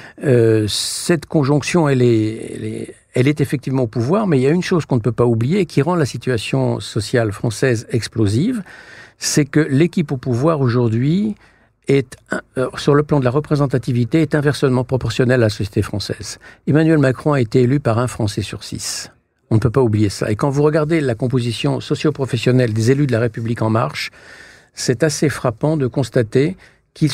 Cette conjonction, elle est effectivement au pouvoir, mais il y a une chose qu'on ne peut pas oublier et qui rend la situation sociale française explosive, c'est que l'équipe au pouvoir aujourd'hui est, sur le plan de la représentativité, est inversement proportionnelle à la société française. Emmanuel Macron a été élu par 1 Français sur 6. On ne peut pas oublier ça. Et quand vous regardez la composition socio-professionnelle des élus de la République En Marche, c'est assez frappant de constater qu'ils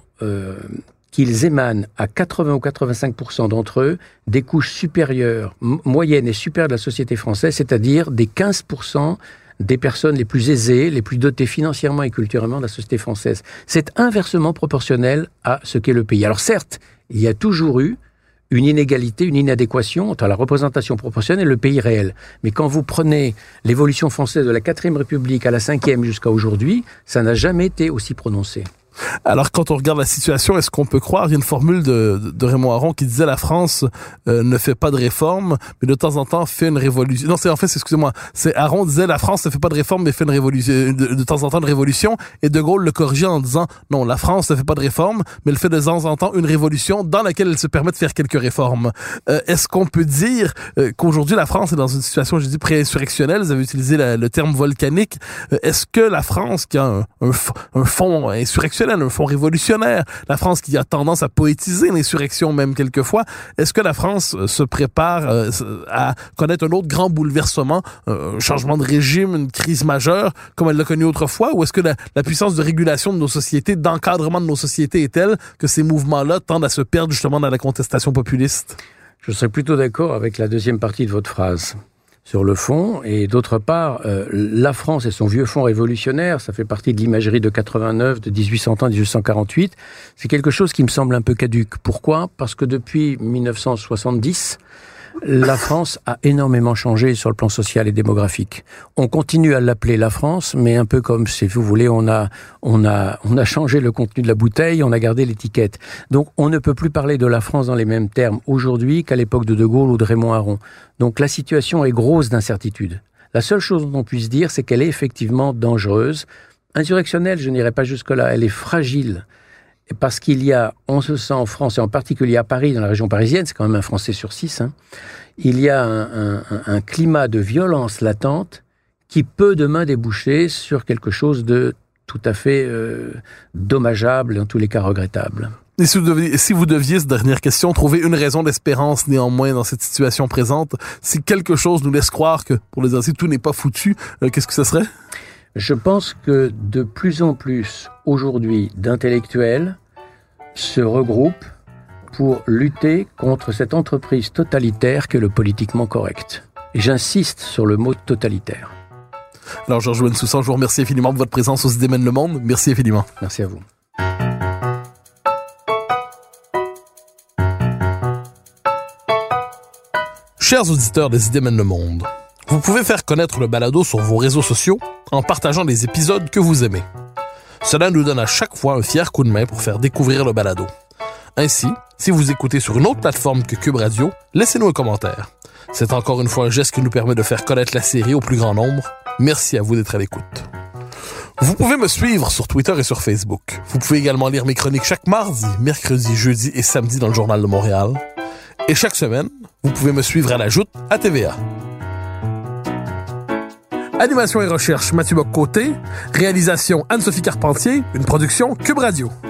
émanent à 80 ou 85% d'entre eux des couches supérieures, moyennes et supérieures de la société française, c'est-à-dire des 15% des personnes les plus aisées, les plus dotées financièrement et culturellement de la société française. C'est inversement proportionnel à ce qu'est le pays. Alors certes, il y a toujours eu une inégalité, une inadéquation entre la représentation proportionnelle et le pays réel. Mais quand vous prenez l'évolution française de la 4e République à la 5e jusqu'à aujourd'hui, ça n'a jamais été aussi prononcé. Alors, quand on regarde la situation, est-ce qu'on peut croire, il y a une formule de Raymond Aron qui disait la France ne fait pas de réforme, mais de temps en temps fait une révolution. Non, c'est Aron disait la France ne fait pas de réforme, mais fait une révolution, de temps en temps une révolution, et De Gaulle le corrigeait en disant non, la France ne fait pas de réforme, mais elle fait de temps en temps une révolution dans laquelle elle se permet de faire quelques réformes. Est-ce qu'on peut dire qu'aujourd'hui la France est dans une situation, je dis, pré-insurrectionnelle, vous avez utilisé le terme volcanique, est-ce que la France qui a un fond insurrectionnel, un fond révolutionnaire, la France qui a tendance à poétiser l'insurrection même quelquefois, est-ce que la France se prépare à connaître un autre grand bouleversement, un changement de régime, une crise majeure, comme elle l'a connu autrefois, ou est-ce que la puissance de régulation de nos sociétés, d'encadrement de nos sociétés est telle que ces mouvements-là tendent à se perdre justement dans la contestation populiste? Je serais plutôt d'accord avec la deuxième partie de votre phrase. Sur le fond, et d'autre part, la France et son vieux fond révolutionnaire, ça fait partie de l'imagerie de 89, de 1830, 1848, c'est quelque chose qui me semble un peu caduque. Pourquoi ? Parce que depuis 1970, la France a énormément changé sur le plan social et démographique. On continue à l'appeler la France, mais un peu comme, si vous voulez, on a changé le contenu de la bouteille, on a gardé l'étiquette. Donc, on ne peut plus parler de la France dans les mêmes termes aujourd'hui qu'à l'époque de De Gaulle ou de Raymond Aron. Donc, la situation est grosse d'incertitude. La seule chose dont on puisse dire, c'est qu'elle est effectivement dangereuse. Insurrectionnelle, je n'irai pas jusque-là, elle est fragile. Parce qu'il y a, on se sent en France, et en particulier à Paris, dans la région parisienne, c'est quand même 1 Français sur 6, il y a un climat de violence latente qui peut demain déboucher sur quelque chose de tout à fait dommageable, en tous les cas regrettable. Et si vous deviez, cette dernière question, trouver une raison d'espérance néanmoins dans cette situation présente, si quelque chose nous laisse croire que, pour les anciens, tout n'est pas foutu, qu'est-ce que ce serait ? Je pense que de plus en plus, aujourd'hui, d'intellectuels se regroupent pour lutter contre cette entreprise totalitaire qu'est le politiquement correct. Et j'insiste sur le mot totalitaire. Alors, Georges Bensoussan, je vous remercie infiniment de votre présence aux Idées mènent le monde. Merci infiniment. Merci à vous. Chers auditeurs des Idées mènent le monde, vous pouvez faire connaître le balado sur vos réseaux sociaux en partageant les épisodes que vous aimez. Cela nous donne à chaque fois un fier coup de main pour faire découvrir le balado. Ainsi, si vous écoutez sur une autre plateforme que Cube Radio, laissez-nous un commentaire. C'est encore une fois un geste qui nous permet de faire connaître la série au plus grand nombre. Merci à vous d'être à l'écoute. Vous pouvez me suivre sur Twitter et sur Facebook. Vous pouvez également lire mes chroniques chaque mardi, mercredi, jeudi et samedi dans le Journal de Montréal. Et chaque semaine, vous pouvez me suivre à la Joute à TVA. Animation et recherche, Mathieu Bock-Côté. Réalisation, Anne-Sophie Carpentier. Une production Cube Radio.